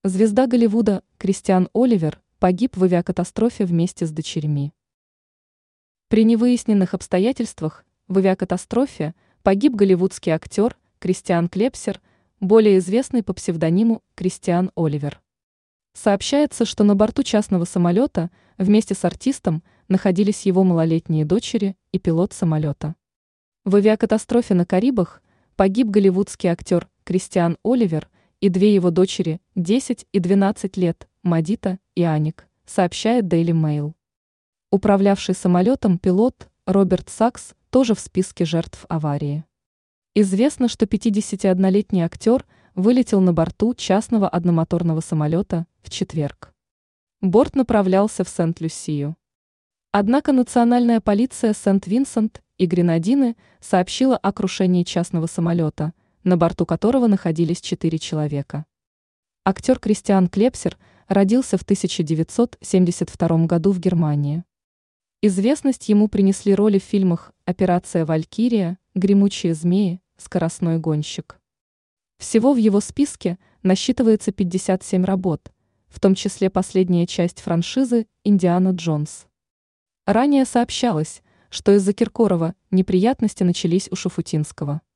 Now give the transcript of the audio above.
Звезда Голливуда Кристиан Оливер погиб в авиакатастрофе вместе с дочерьми. При невыясненных обстоятельствах в авиакатастрофе погиб голливудский актер Кристиан Клепсер, более известный по псевдониму Кристиан Оливер. Сообщается, что на борту частного самолета вместе с артистом находились его малолетние дочери и пилот самолета. В авиакатастрофе на Карибах погиб голливудский актер Кристиан Оливер и две его дочери 10 и 12 лет, Мадита и Аник, сообщает Daily Mail. Управлявший самолетом пилот Роберт Сакс тоже в списке жертв аварии. Известно, что 51-летний актер вылетел на борту частного одномоторного самолета в четверг. Борт направлялся в Сент-Люсию. Однако национальная полиция Сент-Винсент и Гренадины сообщила о крушении частного самолета, на борту которого находились 4 человека. Актер Кристиан Клепсер родился в 1972 году в Германии. Известность ему принесли роли в фильмах «Операция Валькирия», «Гремучие змеи», «Скоростной гонщик». Всего в его списке насчитывается 57 работ, в том числе последняя часть франшизы «Индиана Джонс». Ранее сообщалось, что из-за Киркорова неприятности начались у Шуфутинского.